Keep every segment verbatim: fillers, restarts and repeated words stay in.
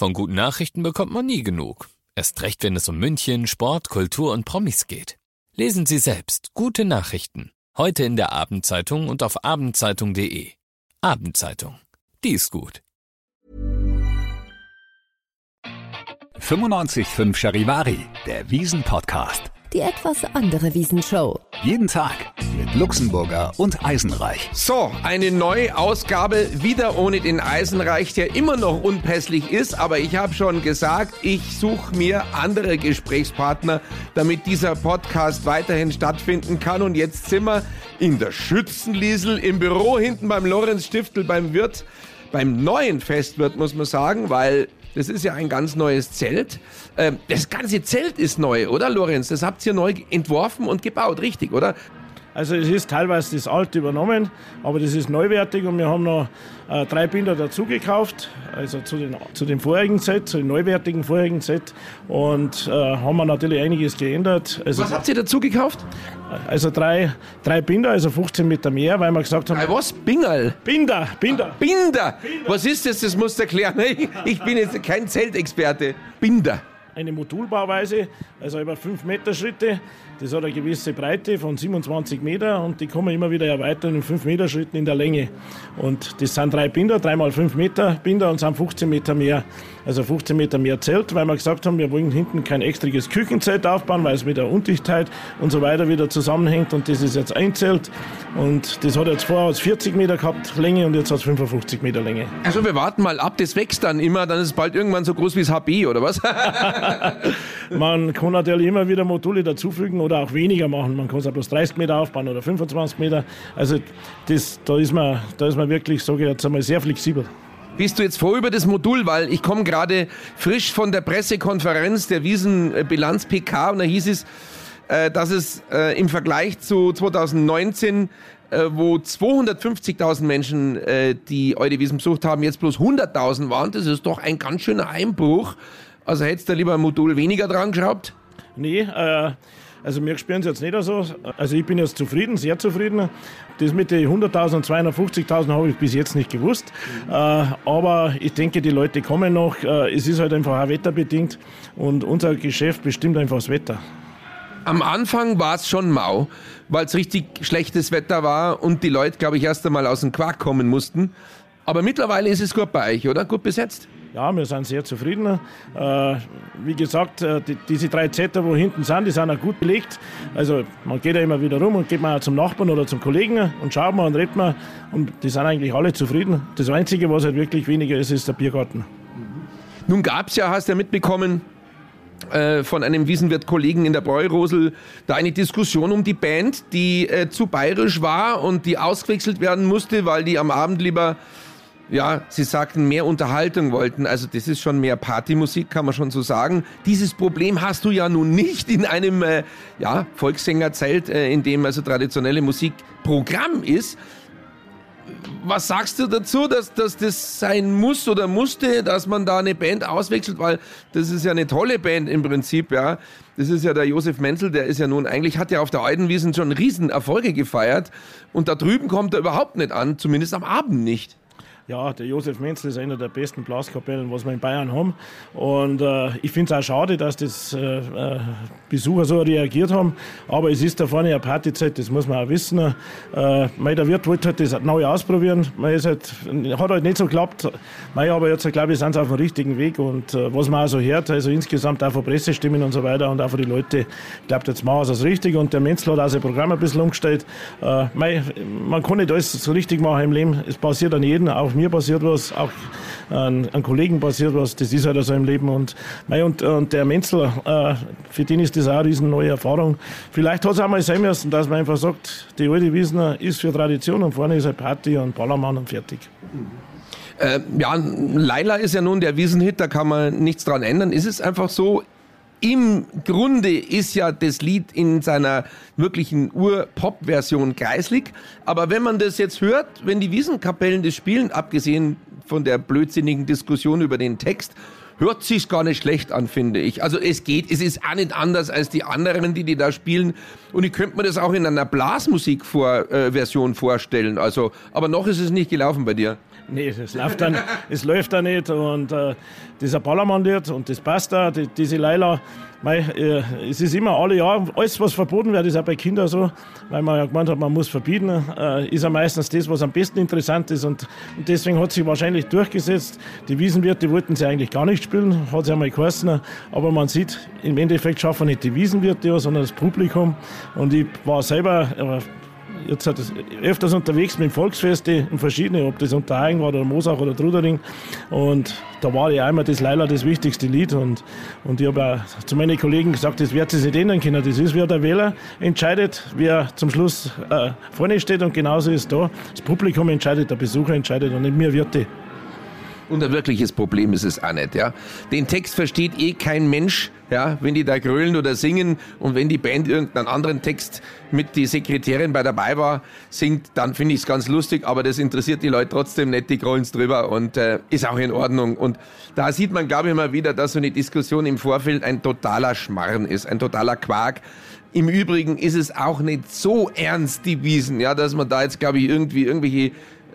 Von guten Nachrichten bekommt man nie genug. Erst recht, wenn es um München, Sport, Kultur und Promis geht. Lesen Sie selbst gute Nachrichten. Heute in der Abendzeitung und auf abendzeitung punkt de. Abendzeitung. Die ist gut. fünfundneunzig Komma fünf Charivari, der Wiesn-Podcast. Die etwas andere Wiesn-Show. Jeden Tag mit Luxemburger und Eisenreich. So, eine neue Ausgabe, wieder ohne den Eisenreich, der immer noch unpässlich ist. Aber ich habe schon gesagt, ich suche mir andere Gesprächspartner, damit dieser Podcast weiterhin stattfinden kann. Und jetzt sind wir in der Schützenliesel, im Büro hinten beim Lorenz Stiftel, beim Wirt, beim neuen Festwirt, muss man sagen, weil... Das ist ja ein ganz neues Zelt. Das ganze Zelt ist neu, oder Lorenz? Das habt ihr neu entworfen und gebaut, richtig, oder? Also es ist teilweise das alte übernommen, aber das ist neuwertig und wir haben noch äh, drei Binder dazu gekauft, also zu, den, zu dem vorherigen Set, zu dem neuwertigen vorherigen Set und äh, haben wir natürlich einiges geändert. Also, was habt ihr dazu gekauft? Also drei, drei Binder, also fünfzehn Meter mehr, weil wir gesagt haben... Drei was? Bingerl? Binder, Binder. Ah, Binder. Binder! Was ist das? Das musst du erklären. Ich, ich bin jetzt kein Zeltexperte. Binder. Eine Modulbauweise, also über fünf Meter Schritte. Das hat eine gewisse Breite von siebenundzwanzig Meter und die kann man immer wieder erweitern in fünf Meter Schritten in der Länge. Und das sind drei Binder, drei mal fünf Meter Binder und sind fünfzehn Meter mehr. Also fünfzehn Meter mehr Zelt, weil wir gesagt haben, wir wollen hinten kein extriges Küchenzelt aufbauen, weil es mit der Undichtheit und so weiter wieder zusammenhängt. Und das ist jetzt ein Zelt. Und das hat jetzt vorher vierzig Meter gehabt Länge und jetzt hat es fünfundfünfzig Meter Länge. Also wir warten mal ab, das wächst dann immer, dann ist es bald irgendwann so groß wie das H B, oder was? Man kann natürlich immer wieder Module dazufügen oder auch weniger machen. Man kann es auch bloß dreißig Meter aufbauen oder fünfundzwanzig Meter. Also das, da, ist man, da ist man wirklich, sage ich jetzt einmal, sehr flexibel. Bist du jetzt froh über das Modul? Weil ich komme gerade frisch von der Pressekonferenz der Wiesn-Bilanz-P K und da hieß es, äh, dass es äh, im Vergleich zu zweitausendneunzehn, äh, wo zweihundertfünfzigtausend Menschen äh, die Eude Wiesn besucht haben, jetzt bloß hunderttausend waren. Das ist doch ein ganz schöner Einbruch. Also hättest du lieber ein Modul weniger dran geschraubt? Nee, äh, also wir spüren es jetzt nicht so. Also ich bin jetzt zufrieden, sehr zufrieden. Das mit den hunderttausend und zweihundertfünfzigtausend habe ich bis jetzt nicht gewusst. Mhm. Äh, aber ich denke, die Leute kommen noch. Äh, es ist halt einfach auch wetterbedingt und unser Geschäft bestimmt einfach das Wetter. Am Anfang war es schon mau, weil es richtig schlechtes Wetter war und die Leute, glaube ich, erst einmal aus dem Quark kommen mussten. Aber mittlerweile ist es gut bei euch, oder? Gut besetzt? Ja, wir sind sehr zufrieden. Äh, wie gesagt, äh, die, diese drei Zetter, wo hinten sind, die sind auch gut belegt. Also man geht ja immer wieder rum und geht mal zum Nachbarn oder zum Kollegen und schaut mal und redet mal. Und die sind eigentlich alle zufrieden. Das Einzige, was halt wirklich weniger ist, ist der Biergarten. Nun gab es ja, hast du ja mitbekommen, äh, von einem Wiesenwirt-Kollegen in der Bräurosel, da eine Diskussion um die Band, die äh, zu bayerisch war und die ausgewechselt werden musste, weil die am Abend lieber... Ja, sie sagten, mehr Unterhaltung wollten. Also das ist schon mehr Partymusik, kann man schon so sagen. Dieses Problem hast du ja nun nicht in einem äh, ja, Volkssängerzelt, äh, in dem also traditionelle Musik Programm ist. Was sagst du dazu, dass, dass das sein muss oder musste, dass man da eine Band auswechselt? Weil das ist ja eine tolle Band im Prinzip, ja. Das ist ja der Josef Menzel, der ist ja nun eigentlich, hat ja auf der Eudenwiesn schon Riesenerfolge gefeiert. Und da drüben kommt er überhaupt nicht an, zumindest am Abend nicht. Ja, der Josef Menzel ist einer der besten Blaskapellen, was wir in Bayern haben. Und äh, ich finde es auch schade, dass das äh, äh, Besucher so reagiert haben. Aber es ist da vorne eine Partyzeit, das muss man auch wissen. Äh, der Wirt wollte halt das neu ausprobieren. Man ist halt, hat halt nicht so geklappt. Mei, aber jetzt, glaube ich, sind sie auf dem richtigen Weg. Und äh, was man auch so hört, also insgesamt auch von Pressestimmen und so weiter und auch von den Leuten, ich glaube, jetzt machen sie es richtig. Und der Menzel hat auch sein Programm ein bisschen umgestellt. Äh, mei, man kann nicht alles so richtig machen im Leben. Es passiert an jedem, auch mir passiert was, auch an, an Kollegen passiert was, das ist halt so im Leben. Und, und, und der Menzel, äh, für den ist das auch eine riesen neue Erfahrung. Vielleicht hat es auch mal sein müssen, dass man einfach sagt, die alte Wiesner ist für Tradition und vorne ist halt Party und Ballermann und fertig. Äh, ja, Laila ist ja nun der Wiesenhit, da kann man nichts dran ändern. Ist es einfach so, im Grunde ist ja das Lied in seiner wirklichen Ur-Pop-Version kreislig. Aber wenn man das jetzt hört, wenn die Wiesenkapellen das spielen, abgesehen von der blödsinnigen Diskussion über den Text, hört sich's gar nicht schlecht an, finde ich. Also es geht, es ist auch nicht anders als die anderen, die die da spielen. Und ich könnte mir das auch in einer Blasmusik-Version vorstellen. Also, aber noch ist es nicht gelaufen bei dir. Nee, das läuft dann, es läuft da nicht und äh, das ist ein Ballermann-Lied und das passt da, die, diese Leila. Mei, äh, es ist immer alle Jahre, alles was verboten wird, ist auch bei Kindern so, weil man ja gemeint hat, man muss verbieten, äh, ist ja meistens das, was am besten interessant ist und, und deswegen hat sich wahrscheinlich durchgesetzt. Die Wiesenwirte wollten sie eigentlich gar nicht spielen, hat es ja mal geheißen, aber man sieht, im Endeffekt schaffen nicht die Wiesenwirte, sondern das Publikum und ich war selber äh, jetzt hat es öfters unterwegs mit Volksfesten in verschiedene, ob das Unterhagen war oder Mosach oder Trudering und da war ja einmal das Leila das wichtigste Lied und, und ich habe auch zu meinen Kollegen gesagt, das wird sich nicht ändern können, das ist, wer der Wähler entscheidet, wer zum Schluss äh, vorne steht und genauso ist da, das Publikum entscheidet, der Besucher entscheidet und nicht wir Wirte. Und ein wirkliches Problem ist es auch nicht, ja. Den Text versteht eh kein Mensch, ja, wenn die da grölen oder singen und wenn die Band irgendeinen anderen Text mit die Sekretärin bei dabei war, singt, dann finde ich es ganz lustig, aber das interessiert die Leute trotzdem nicht, die grölen's drüber und äh, ist auch in Ordnung. Und da sieht man, glaube ich, mal wieder, dass so eine Diskussion im Vorfeld ein totaler Schmarrn ist, ein totaler Quark. Im Übrigen ist es auch nicht so ernst, die Wiesn, ja, dass man da jetzt, glaube ich, irgendwie irgendwelche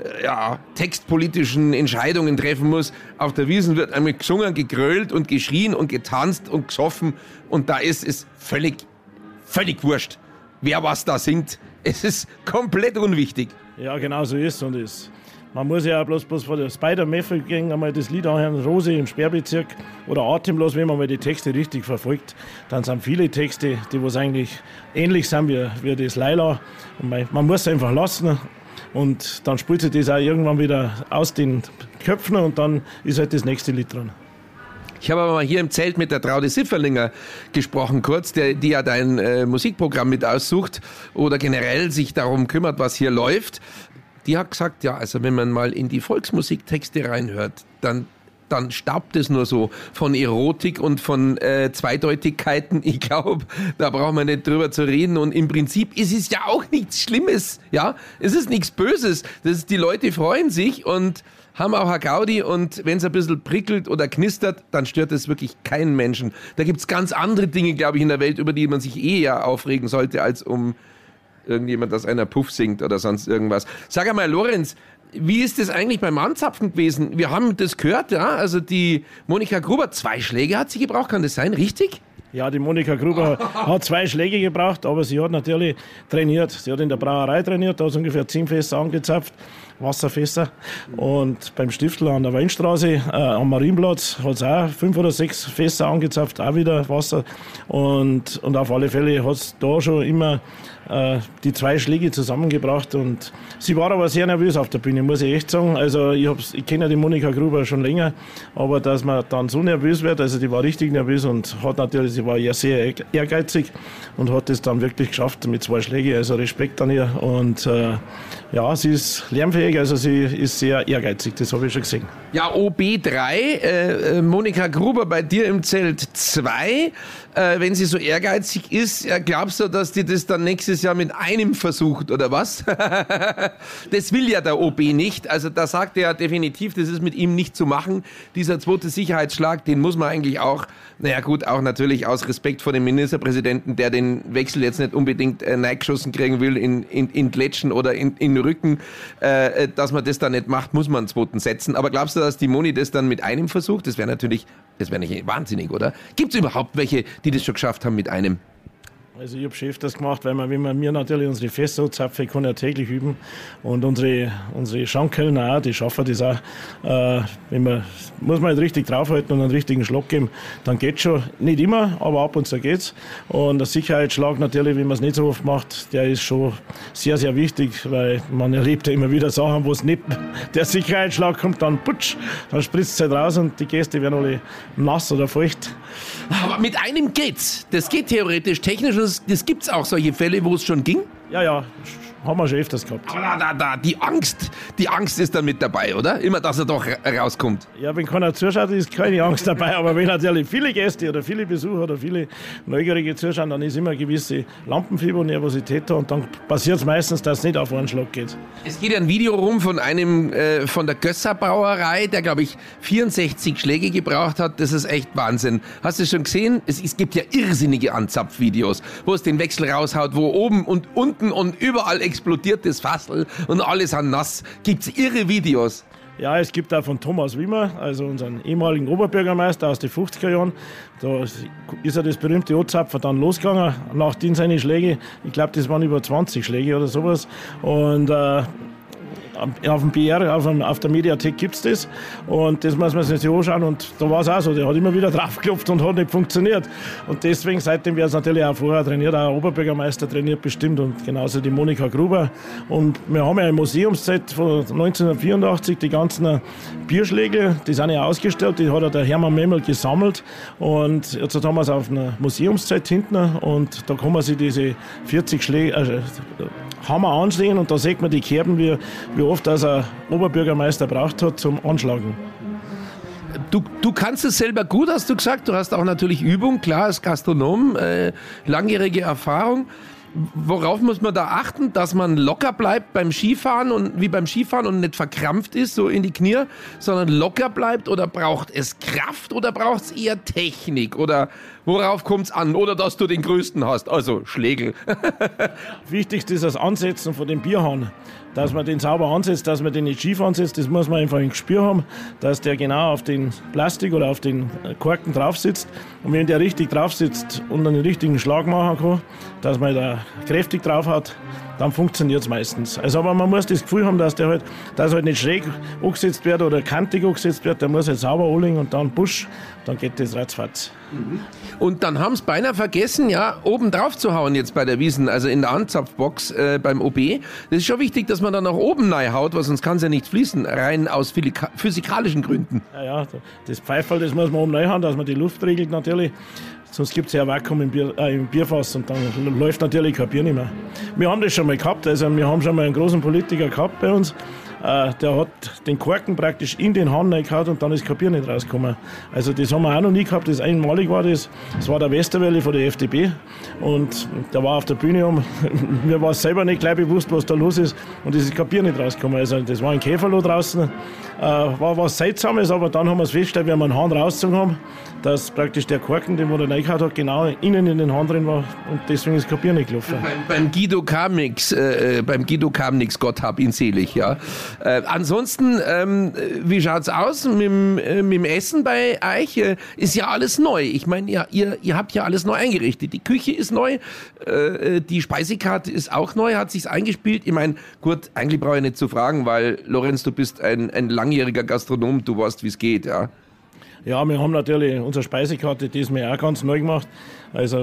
ja, textpolitischen Entscheidungen treffen muss. Auf der Wiesn wird einmal gesungen, gegrölt und geschrien und getanzt und gesoffen und da ist es völlig, völlig wurscht, wer was da singt. Es ist komplett unwichtig. Ja, genau so ist und ist. Man muss ja bloß, bloß vor der Spider-Method gehen, einmal das Lied anhören, Rose im Sperrbezirk oder Atemlos, wenn man mal die Texte richtig verfolgt, dann sind viele Texte, die was eigentlich ähnlich sind wie, wie das Leila. Und man, man muss es einfach lassen. Und dann spielt sich das auch irgendwann wieder aus den Köpfen und dann ist halt das nächste Lied dran. Ich habe aber mal hier im Zelt mit der Traude Sifferlinger gesprochen kurz, der, die ja dein äh, Musikprogramm mit aussucht oder generell sich darum kümmert, was hier läuft. Die hat gesagt, ja, also wenn man mal in die Volksmusiktexte reinhört, dann dann staubt es nur so von Erotik und von äh, Zweideutigkeiten. Ich glaube, da braucht man nicht drüber zu reden. Und im Prinzip ist es ja auch nichts Schlimmes. Ja, es ist nichts Böses. Das ist, die Leute freuen sich und haben auch eine Gaudi. Und wenn es ein bisschen prickelt oder knistert, dann stört es wirklich keinen Menschen. Da gibt es ganz andere Dinge, glaube ich, in der Welt, über die man sich eh ja aufregen sollte, als um irgendjemand, dass einer Puff singt oder sonst irgendwas. Sag einmal, Lorenz, wie ist das eigentlich beim Anzapfen gewesen? Wir haben das gehört, ja, also die Monika Gruber, zwei Schläge hat sie gebraucht, kann das sein, richtig? Ja, die Monika Gruber hat zwei Schläge gebraucht, aber sie hat natürlich trainiert. Sie hat in der Brauerei trainiert, da hat sie ungefähr zehn Fässer angezapft, Wasserfässer. Und beim Stiftl an der Weinstraße, äh, am Marienplatz, hat sie auch fünf oder sechs Fässer angezapft, auch wieder Wasser. Und, und auf alle Fälle hat sie da schon immer äh, die zwei Schläge zusammengebracht. Und sie war aber sehr nervös auf der Bühne, muss ich echt sagen. Also ich, hab's, ich kenne ja die Monika Gruber schon länger, aber dass man dann so nervös wird, also die war richtig nervös und hat natürlich, sie war ja sehr ehrgeizig und hat es dann wirklich geschafft mit zwei Schlägen, also Respekt an ihr. Und äh, ja, sie ist lernfähig, also sie ist sehr ehrgeizig, das habe ich schon gesehen. Ja, O B drei, äh, Monika Gruber bei dir im Zelt zwei. Äh, wenn sie so ehrgeizig ist, äh, glaubst du, dass die das dann nächstes Jahr mit einem versucht, oder was? Das will ja der O B nicht. Also da sagt er definitiv, das ist mit ihm nicht zu machen. Dieser zweite Sicherheitsschlag, den muss man eigentlich auch, naja gut, auch natürlich aus Respekt vor dem Ministerpräsidenten, der den Wechsel jetzt nicht unbedingt äh, reingeschossen kriegen will in, in, in Gletschen oder in, in Rücken, äh, dass man das dann nicht macht, muss man einen zweiten setzen. Aber glaubst du, dass die Moni das dann mit einem versucht? Das wäre natürlich, das wäre nicht wahnsinnig, oder? Gibt es überhaupt welche, die das schon geschafft haben mit einem? Also ich habe schon öfters gemacht, weil man, wenn man mir natürlich unsere Fässer zapfen, ich kann ja täglich üben und unsere, unsere Schankkellner auch, die schaffen das auch. Äh, wenn man, muss man halt richtig draufhalten und einen richtigen Schlag geben, dann geht's schon. Nicht immer, aber ab und zu geht's. Und der Sicherheitsschlag natürlich, wenn man es nicht so oft macht, der ist schon sehr, sehr wichtig, weil man erlebt ja immer wieder Sachen, wo es nicht der Sicherheitsschlag kommt, dann putsch, dann spritzt es halt raus und die Gäste werden alle nass oder feucht. Aber mit einem geht's. Das geht theoretisch, technisch. Das, das gibt's auch solche Fälle, wo es schon ging? Ja, ja, haben wir schon öfters gehabt. Aber da, da, da, die Angst, die Angst ist dann mit dabei, oder? Immer, dass er doch rauskommt. Ja, wenn keiner zuschaut, ist keine Angst dabei. Aber wenn natürlich viele Gäste oder viele Besucher oder viele Neugierige zuschauen, dann ist immer eine gewisse Lampenfieber und Nervosität da. Und dann passiert es meistens, dass es nicht auf einen Schlag geht. Es geht ein Video rum von einem, äh, von der Gösser Brauerei, der, glaube ich, vierundsechzig Schläge gebraucht hat. Das ist echt Wahnsinn. Hast du es schon gesehen? Es, es gibt ja irrsinnige Anzapfvideos, wo es den Wechsel raushaut, wo oben und unten und überall explodiert das Fassel und alle sind nass. Gibt's irre Videos. Ja, es gibt auch von Thomas Wimmer, also unseren ehemaligen Oberbürgermeister aus den fünfziger Jahren. Da ist ja das berühmte O-Zapfer dann losgegangen, nachdem seine Schläge. Ich glaube, das waren über zwanzig Schläge oder sowas. Und äh, auf dem B R, auf, dem, auf der Mediathek gibt es das. Und das muss man sich anschauen. Und da war es auch so. Der hat immer wieder draufgeklopft und hat nicht funktioniert. Und deswegen, seitdem wird es natürlich auch vorher trainiert, auch Oberbürgermeister trainiert bestimmt und genauso die Monika Gruber. Und wir haben ja ein Museumszeit von neunzehnhundertvierundachtzig, die ganzen Bierschläge, die sind ja ausgestellt, die hat ja der Hermann Memmel gesammelt. Und jetzt haben wir es auf einer Museumszeit hinten und da kann man sich diese vierzig Schläge, äh, Hammer ansehen und da sieht man die Kerben, wie, wie oft das ein Oberbürgermeister braucht hat zum Anschlagen. Du, du kannst es selber gut, hast du gesagt. Du hast auch natürlich Übung, klar, als Gastronom, äh, langjährige Erfahrung. Worauf muss man da achten, dass man locker bleibt beim Skifahren und wie beim Skifahren und nicht verkrampft ist, so in die Knie, sondern locker bleibt, oder braucht es Kraft oder braucht es eher Technik oder worauf kommt es an? Oder dass du den größten hast, also Schlägel. Wichtigste ist das Ansetzen von dem Bierhahn, dass man den sauber ansetzt, dass man den nicht schief ansetzt, das muss man einfach im Gespür haben, dass der genau auf den Plastik oder auf den Korken drauf sitzt. Und wenn der richtig drauf sitzt und einen richtigen Schlag machen kann, dass man da kräftig drauf hat, dann funktioniert es meistens. Also, aber man muss das Gefühl haben, dass der halt, dass halt nicht schräg angesetzt wird oder kantig angesetzt wird, der muss halt sauber anlegen und dann Busch, dann geht das ratzfatz. Und dann haben es beinahe vergessen, ja, oben drauf zu hauen jetzt bei der Wiesn, also in der Anzapfbox äh, beim O B. Das ist schon wichtig, dass man da nach oben reinhaut, weil sonst kann es ja nicht fließen, rein aus physikalischen Gründen. Ja, ja, das Pfeifall, das muss man oben reinhauen, dass man die Luft regelt natürlich. Sonst gibt es ja ein Vakuum im, Bier, äh, im Bierfass und dann läuft natürlich kein Bier nicht mehr. Wir haben das schon mal gehabt, also wir haben schon mal einen großen Politiker gehabt bei uns. Äh, der hat den Korken praktisch in den Hahn reingehauen und dann ist kein Bier nicht rausgekommen. Also das haben wir auch noch nie gehabt, das einmalig war das. Das war der Westerwelle von der F D P und der war auf der Bühne um. Mir war es selber nicht gleich bewusst, was da los ist und es ist kein Bier nicht rausgekommen. Also das war ein Käferloh draußen, äh, war was Seltsames, aber dann haben wir es festgestellt, wenn wir einen Hahn rausgezogen haben, dass praktisch der Korken, den der reingehauen hat, genau innen in den Hahn drin war und deswegen ist kein Bier nicht gelaufen. Beim, beim Guido Kamnix, äh, beim Guido Kamnix, Gott hab ihn selig, ja. Äh, ansonsten, ähm, wie schaut's aus mit dem, äh, mit dem Essen bei euch? Äh, ist ja alles neu. Ich meine, ihr, ihr, ihr habt ja alles neu eingerichtet. Die Küche ist neu, äh, die Speisekarte ist auch neu, hat sich's eingespielt. Ich meine, gut, eigentlich brauche ich nicht zu fragen, weil, Lorenz, du bist ein, ein langjähriger Gastronom, du weißt, wie es geht, ja. Ja, wir haben natürlich unsere Speisekarte diesmal auch ganz neu gemacht. Also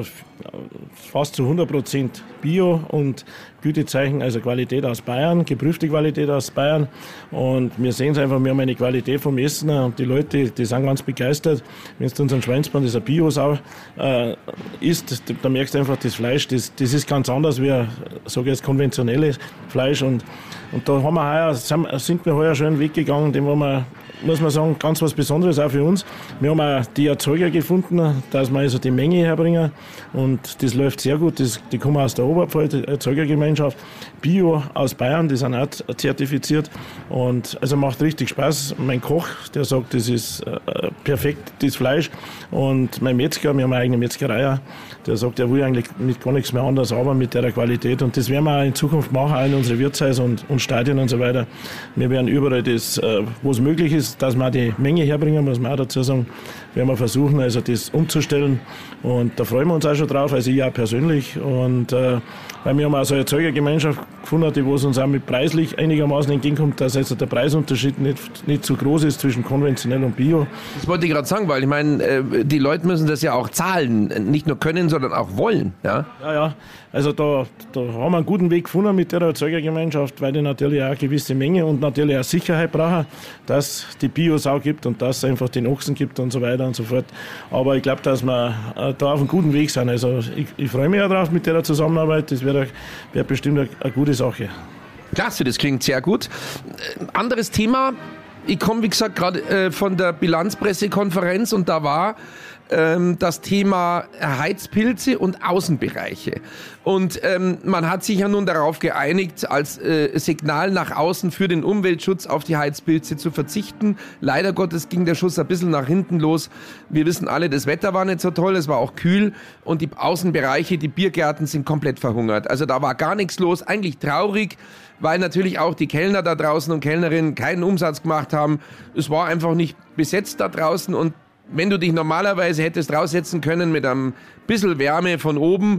fast zu hundert Prozent Bio und Gütezeichen, also Qualität aus Bayern, geprüfte Qualität aus Bayern. Und wir sehen es einfach, wir haben eine Qualität vom Essen und die Leute, die sind ganz begeistert. Wenn du unseren Schweinsbein, das ist ein Bio-Sau, äh, isst, da merkst du einfach, das Fleisch, das, das ist ganz anders wie, sage ich jetzt, konventionelles Fleisch. Und, und da haben wir heuer, sind wir heuer schon einen Weg gegangen, den wo wir, muss man sagen, ganz was Besonderes auch für uns. Wir haben auch die Erzeuger gefunden, dass wir also die Menge herbringen und das läuft sehr gut. Das, die kommen aus der Oberpfalz, die Erzeugergemeinschaft, Bio aus Bayern, die sind auch zertifiziert und also macht richtig Spaß. Mein Koch, der sagt, das ist äh, perfekt, das Fleisch, und mein Metzger, wir haben eine eigene Metzgerei auch, der sagt, er will eigentlich mit gar nichts mehr anders arbeiten mit der Qualität und das werden wir auch in Zukunft machen, auch in unsere Wirtshäuser und, und Stadien und so weiter. Wir werden überall das, äh, wo es möglich ist, dass wir die Menge herbringen, muss man auch dazu sagen, werden wir versuchen, also das umzustellen und da freuen wir uns auch schon drauf, also ich auch persönlich und äh, weil wir haben auch so eine Erzeugergemeinschaft gefunden, die wo es uns auch mit preislich einigermaßen entgegenkommt, dass also der Preisunterschied nicht, nicht zu groß ist zwischen konventionell und Bio. Das wollte ich gerade sagen, weil ich meine, die Leute müssen das ja auch zahlen, nicht nur können, sondern auch wollen. Ja, ja, ja. Also da, da haben wir einen guten Weg gefunden mit der Erzeugergemeinschaft, weil die natürlich auch eine gewisse Menge und natürlich auch Sicherheit brauchen, dass die Bio-Sau gibt und dass es einfach den Ochsen gibt und so weiter und so fort. Aber ich glaube, dass wir da auf einem guten Weg sind. Also ich, ich freue mich ja drauf mit der Zusammenarbeit, das wäre wär bestimmt eine, eine gute Sache. Klasse, das klingt sehr gut. Anderes Thema, ich komme wie gesagt gerade äh, von der Bilanzpressekonferenz und da war ähm, das Thema Heizpilze und Außenbereiche. Und ähm, man hat sich ja nun darauf geeinigt, als äh, Signal nach außen für den Umweltschutz auf die Heizpilze zu verzichten. Leider Gottes ging der Schuss ein bisschen nach hinten los. Wir wissen alle, das Wetter war nicht so toll, es war auch kühl und die Außenbereiche, die Biergärten sind komplett verhungert. Also da war gar nichts los, eigentlich traurig, weil natürlich auch die Kellner da draußen und Kellnerinnen keinen Umsatz gemacht haben, es war einfach nicht besetzt da draußen und wenn du dich normalerweise hättest raussetzen können mit einem bisschen Wärme von oben,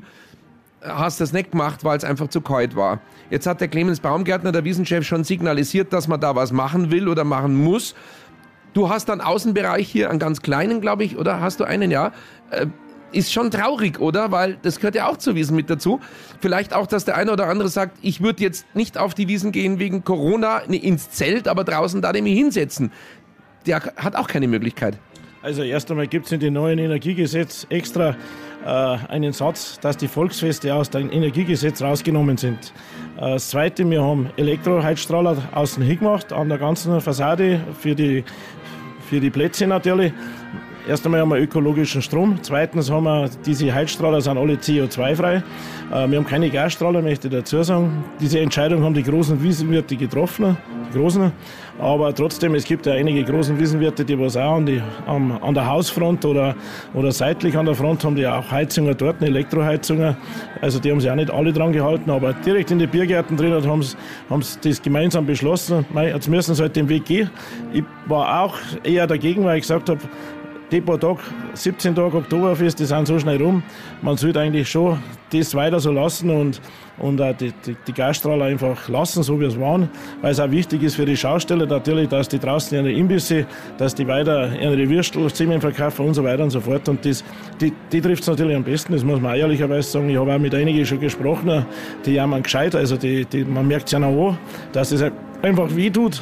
hast das nicht gemacht, weil es einfach zu kalt war. Jetzt hat der Clemens Baumgärtner, der Wiesenchef, schon signalisiert, dass man da was machen will oder machen muss. Du hast einen Außenbereich hier, einen ganz kleinen, glaube ich, oder hast du einen, ja? Äh, ist schon traurig, oder? Weil das gehört ja auch zur Wiesn mit dazu. Vielleicht auch, dass der eine oder andere sagt, ich würde jetzt nicht auf die Wiesn gehen wegen Corona ins Zelt, aber draußen da nämlich hinsetzen. Der hat auch keine Möglichkeit. Also erst einmal gibt es in dem neuen Energiegesetz extra äh, einen Satz, dass die Volksfeste aus dem Energiegesetz rausgenommen sind. Äh, das Zweite, wir haben Elektroheizstrahler außen hingemacht, an der ganzen Fassade für die, für die Plätze natürlich. Erst einmal haben wir ökologischen Strom. Zweitens haben wir, diese Heizstrahler sind alle C O zwei frei. Äh, wir haben keine Gasstrahler, möchte ich dazu sagen. Diese Entscheidung haben die großen Wiesenwirte getroffen, die großen. Aber trotzdem, es gibt ja einige großen Wiesenwirte, die was auch an, die, an, an der Hausfront oder, oder seitlich an der Front haben die auch Heizungen dort, Elektroheizungen. Also die haben sich auch nicht alle dran gehalten, aber direkt in die Biergärten drin haben sie, haben sie das gemeinsam beschlossen. Mei, jetzt müssen sie halt den Weg gehen. Ich war auch eher dagegen, weil ich gesagt habe, die paar Tage, siebzehn Tage Oktoberfest, die sind so schnell rum. Man sollte eigentlich schon das weiter so lassen und, und auch die, die, die Gasstrahler einfach lassen, so wie es waren. Weil es auch wichtig ist für die Schausteller natürlich, dass die draußen ihre Imbisse, dass die weiter ihre Würstel, Zimmer verkaufen und so weiter und so fort. Und das, die, die trifft es natürlich am besten, das muss man auch ehrlicherweise sagen. Ich habe auch mit einigen schon gesprochen, die haben gescheit, also die, die, man merkt es ja noch an, dass es einfach weh tut.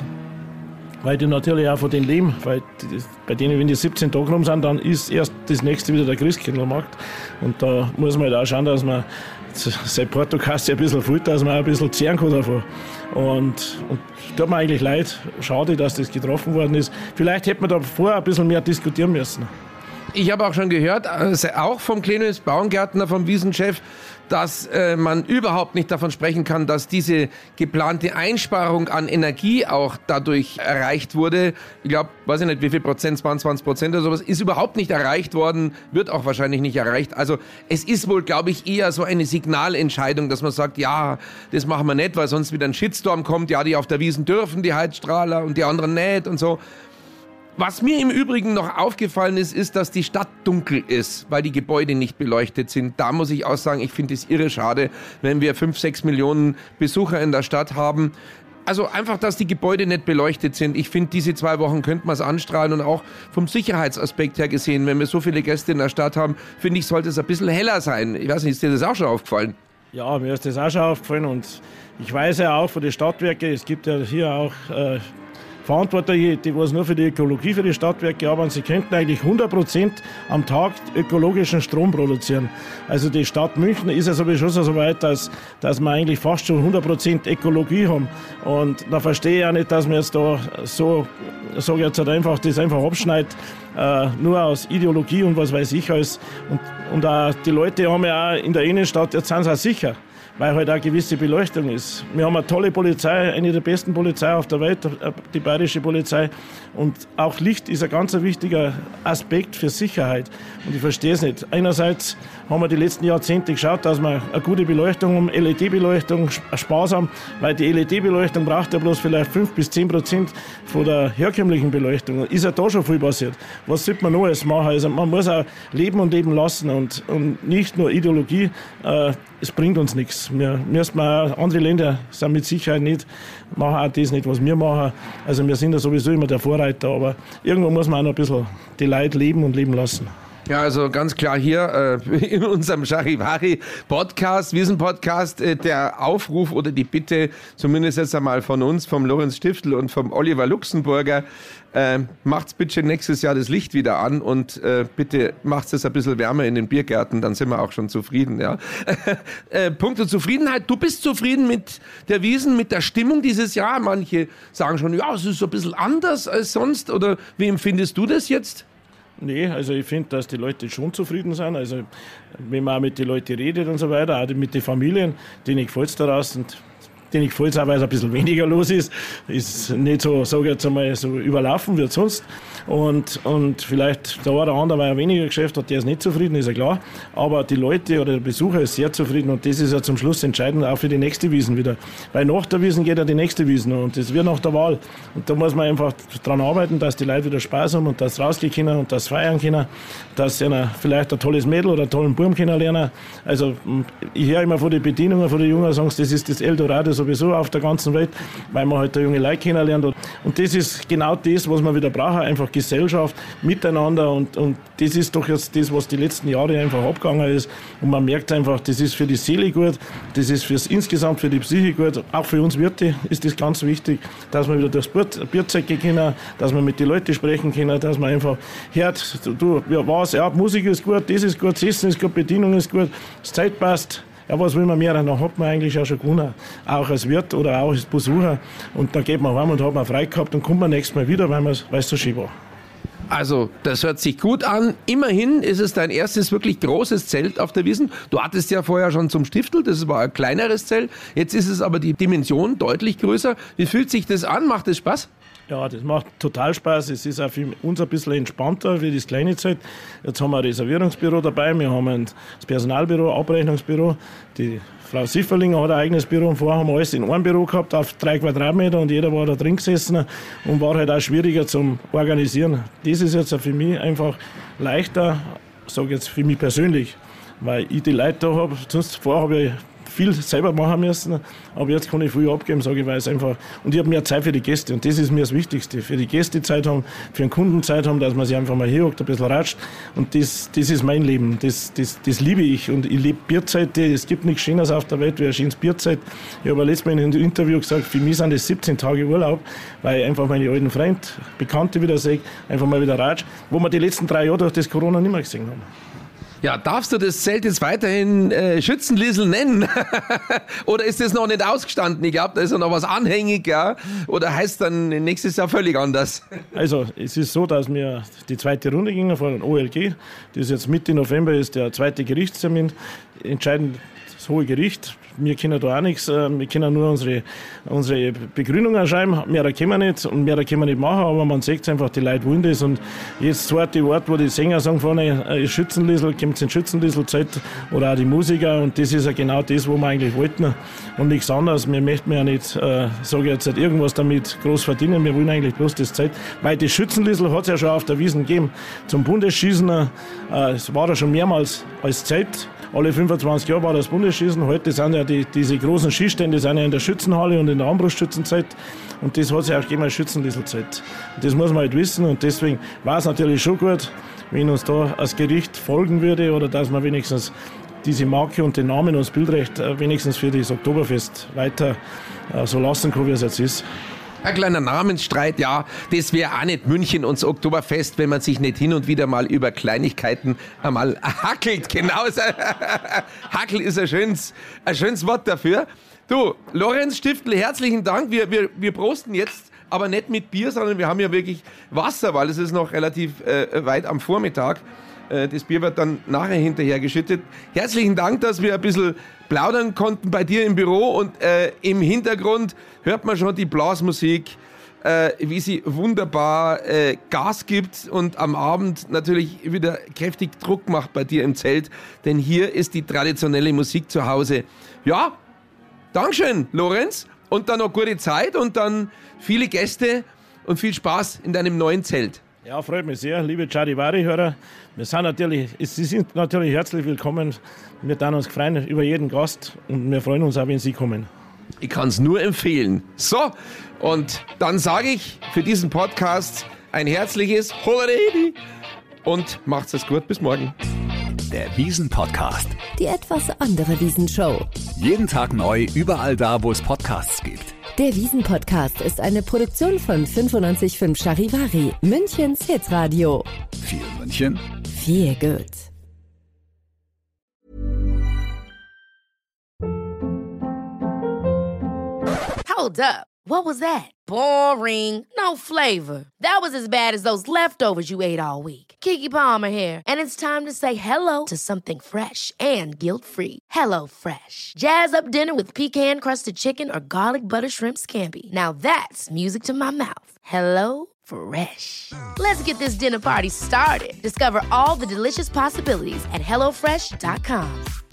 Weil die natürlich auch von denen leben, weil die, bei denen, wenn die siebzehn Tage rum sind, dann ist erst das nächste wieder der Christkindlmarkt. Und da muss man halt auch schauen, dass man sein Porto kostet ein bisschen fällt, dass man auch ein bisschen zehren kann davon. Und, und tut mir eigentlich leid, schade, dass das getroffen worden ist. Vielleicht hätte man da vorher ein bisschen mehr diskutieren müssen. Ich habe auch schon gehört, also auch vom Clemens Baumgärtner, vom Wiesenchef, dass äh, man überhaupt nicht davon sprechen kann, dass diese geplante Einsparung an Energie auch dadurch erreicht wurde. Ich glaube, weiß ich nicht, wie viel Prozent, zweiundzwanzig Prozent oder sowas, ist überhaupt nicht erreicht worden, wird auch wahrscheinlich nicht erreicht. Also es ist wohl, glaube ich, eher so eine Signalentscheidung, dass man sagt, ja, das machen wir nicht, weil sonst wieder ein Shitstorm kommt, ja, die auf der Wiesn dürfen, die Heizstrahler und die anderen nicht und so. Was mir im Übrigen noch aufgefallen ist, ist, dass die Stadt dunkel ist, weil die Gebäude nicht beleuchtet sind. Da muss ich auch sagen, ich finde es irre schade, wenn wir fünf, sechs Millionen Besucher in der Stadt haben. Also einfach, dass die Gebäude nicht beleuchtet sind. Ich finde, diese zwei Wochen könnte man es anstrahlen und auch vom Sicherheitsaspekt her gesehen, wenn wir so viele Gäste in der Stadt haben, finde ich, sollte es ein bisschen heller sein. Ich weiß nicht, ist dir das auch schon aufgefallen? Ja, mir ist das auch schon aufgefallen und ich weiß ja auch von den Stadtwerken, es gibt ja hier auch äh, Verantwortliche, die was nur für die Ökologie für die Stadtwerke arbeiten, sie könnten eigentlich hundert Prozent am Tag ökologischen Strom produzieren. Also die Stadt München ist ja sowieso so weit, dass, dass wir eigentlich fast schon hundert Prozent Ökologie haben. Und da verstehe ich auch nicht, dass man jetzt da so, sage ich jetzt halt einfach, das einfach abschneidet, äh, nur aus Ideologie und was weiß ich alles. Und, und auch die Leute haben ja auch in der Innenstadt, jetzt sind sie auch sicher, weil halt auch gewisse Beleuchtung ist. Wir haben eine tolle Polizei, eine der besten Polizei auf der Welt, die bayerische Polizei. Und auch Licht ist ein ganz wichtiger Aspekt für Sicherheit. Und ich verstehe es nicht. Einerseits haben wir die letzten Jahrzehnte geschaut, dass wir eine gute Beleuchtung haben, L E D-Beleuchtung, sparsam, weil die L E D-Beleuchtung braucht ja bloß vielleicht fünf bis zehn Prozent von der herkömmlichen Beleuchtung. Ist ja da schon viel passiert. Was sollte man noch alles machen? Also man muss auch leben und leben lassen und, und nicht nur Ideologie. Äh, es bringt uns nichts. Wir müssen auch, andere Länder sind mit Sicherheit nicht, machen auch das nicht, was wir machen. Also wir sind ja sowieso immer der Vorreiter, aber irgendwo muss man auch noch ein bisschen die Leute leben und leben lassen. Ja, also ganz klar hier äh, in unserem Charivari-Podcast, Wiesn-Podcast, äh, der Aufruf oder die Bitte, zumindest jetzt einmal von uns, vom Lorenz Stiftel und vom Oliver Luxemburger, äh, macht's bitte nächstes Jahr das Licht wieder an und äh, bitte macht's es ein bisschen wärmer in den Biergärten, dann sind wir auch schon zufrieden. Ja. äh, Punkte Zufriedenheit, du bist zufrieden mit der Wiesn, mit der Stimmung dieses Jahr? Manche sagen schon, ja, es ist so ein bisschen anders als sonst, oder wie empfindest du das jetzt? Nee, also ich finde, dass die Leute schon zufrieden sind. Also wenn man auch mit den Leuten redet und so weiter, auch mit den Familien, denen gefällt es daraus. Und denen gefällt es auch, weil es ein bisschen weniger los ist. Ist nicht so, sage ich jetzt einmal, so überlaufen wie sonst. Und, und vielleicht der eine oder andere, weil er weniger Geschäft hat, der ist nicht zufrieden, ist ja klar. Aber die Leute oder der Besucher ist sehr zufrieden und das ist ja zum Schluss entscheidend auch für die nächste Wiesn wieder. Weil nach der Wiesn geht ja die nächste Wiesn und das wird nach der Wahl. Und da muss man einfach dran arbeiten, dass die Leute wieder Spaß haben und dass sie rausgehen können und dass sie feiern können, dass sie vielleicht ein tolles Mädel oder einen tollen Burm kennenlernen. Also ich höre immer von den Bedienungen, von den Jungen, sagen, das ist das Eldorado sowieso auf der ganzen Welt, weil man halt da junge Leute kennenlernt. Und das ist genau das, was wir wieder brauchen, einfach Gesellschaft, miteinander und, und das ist doch jetzt das, was die letzten Jahre einfach abgegangen ist und man merkt einfach, das ist für die Seele gut, das ist fürs insgesamt für die Psyche gut, auch für uns Wirte ist das ganz wichtig, dass wir wieder durchs Bierzeit gehen können, dass wir mit den Leuten sprechen können, dass man einfach hört, du, ja, was, ja, Musik ist gut, das ist gut, das Essen ist gut, Bedienung ist gut, das Zeit passt. Ja, was will man mehr? Dann hat man eigentlich auch schon gewonnen. Auch als Wirt oder auch als Besucher. Und dann geht man heim und hat man frei gehabt und kommt man nächstes Mal wieder, weil es so schön war. Also, das hört sich gut an. Immerhin ist es dein erstes wirklich großes Zelt auf der Wiesn. Du hattest ja vorher schon zum Stiftel, das war ein kleineres Zelt. Jetzt ist es aber die Dimension deutlich größer. Wie fühlt sich das an? Macht es Spaß? Ja, das macht total Spaß. Es ist auch für uns ein bisschen entspannter wie das kleine Zelt. Jetzt haben wir ein Reservierungsbüro dabei, wir haben das Personalbüro, Abrechnungsbüro. Die Frau Sifferlinger hat ein eigenes Büro und vorher haben wir alles in einem Büro gehabt, auf drei Quadratmeter und jeder war da drin gesessen und war halt auch schwieriger zum Organisieren. Das ist jetzt für mich einfach leichter, sage jetzt für mich persönlich, weil ich die Leute da habe. Sonst vorher habe ich viel selber machen müssen, aber jetzt kann ich viel abgeben, sage ich, weil es einfach, und ich habe mehr Zeit für die Gäste und das ist mir das Wichtigste, für die Gäste Zeit haben, für den Kunden Zeit haben, dass man sich einfach mal herhockt, ein bisschen ratscht und das, das ist mein Leben, das, das, das liebe ich und ich liebe Bierzeit, es gibt nichts Schöneres auf der Welt wie ein schönes Bierzeit. Ich habe letztes Mal in einem Interview gesagt, für mich sind das siebzehn Tage Urlaub, weil ich einfach meine alten Freunde, Bekannte wieder sehe, einfach mal wieder ratsch, wo wir die letzten drei Jahre durch das Corona nicht mehr gesehen haben. Ja, darfst du das Zelt jetzt weiterhin äh, Schützenliesel nennen? Oder ist das noch nicht ausgestanden? Ich glaube, da ist ja noch was anhängig, ja? Oder heißt dann nächstes Jahr völlig anders? Also, es ist so, dass wir die zweite Runde gingen von O L G. Das ist jetzt Mitte November, ist der zweite Gerichtstermin. Entscheidend das Hohe Gericht. Wir können da auch nichts, wir können nur unsere, unsere Begründungen schreiben, mehr können wir nicht und mehr können wir nicht machen, aber man sieht einfach, die Leute wollen das und jetzt das zweite Wort, wo die Sänger sagen vorne, ist Schützenliesel, kommt es in Schützenlieselzeit oder auch die Musiker und das ist ja genau das, was wir eigentlich wollten und nichts anderes. Wir möchten ja nicht, äh, sage ich jetzt nicht, irgendwas damit groß verdienen, wir wollen eigentlich bloß das Zeit, weil das Schützenliesel hat es ja schon auf der Wiesn gegeben, zum Bundesschießen, äh, es war ja schon mehrmals als Zeit. Alle fünfundzwanzig Jahre war das Bundesschießen. Heute sind ja die, diese großen Skistände sind ja in der Schützenhalle und in der Armbrustschützenzeit. Und das hat es ja auch gegeben als Schützenlieselzeit. Das muss man halt wissen. Und deswegen war es natürlich schon gut, wenn uns da als Gericht folgen würde oder dass man wenigstens diese Marke und den Namen und das Bildrecht wenigstens für das Oktoberfest weiter so lassen kann, wie es jetzt ist. Ein kleiner Namensstreit, ja, das wäre auch nicht München und das Oktoberfest, wenn man sich nicht hin und wieder mal über Kleinigkeiten einmal hackelt. Genau, Hackel ist ein schönes, ein schönes Wort dafür. Du, Lorenz Stiftel, herzlichen Dank. Wir, wir, wir prosten jetzt, aber nicht mit Bier, sondern wir haben ja wirklich Wasser, weil es ist noch relativ äh, weit am Vormittag. Das Bier wird dann nachher hinterher geschüttet. Herzlichen Dank, dass wir ein bisschen plaudern konnten bei dir im Büro und äh, im Hintergrund hört man schon die Blasmusik, äh, wie sie wunderbar äh, Gas gibt und am Abend natürlich wieder kräftig Druck macht bei dir im Zelt, denn hier ist die traditionelle Musik zu Hause. Ja, Dankeschön, Lorenz, und dann noch gute Zeit und dann viele Gäste und viel Spaß in deinem neuen Zelt. Ja, freut mich sehr, liebe Charivari-Hörer. Wir sind natürlich, Sie sind natürlich herzlich willkommen. Wir tun uns freuen über jeden Gast und wir freuen uns auch, wenn Sie kommen. Ich kann es nur empfehlen. So, und dann sage ich für diesen Podcast ein herzliches Holaredi und macht's es gut. Bis morgen. Der Wiesn-Podcast. Die etwas andere Wiesn-Show. Jeden Tag neu, überall da, wo es Podcasts gibt. Der Wiesn-Podcast ist eine Produktion von fünfundneunzig Komma fünf Charivari, Münchens Hitradio. Viel München. Viel gut. Hold up. What was that? Boring. No flavor. That was as bad as those leftovers you ate all week. Keke Palmer here, and it's time to say hello to something fresh and guilt-free. Hello Fresh. Jazz up dinner with pecan-crusted chicken or garlic butter shrimp scampi. Now that's music to my mouth. Hello Fresh. Let's get this dinner party started. Discover all the delicious possibilities at hello fresh dot com.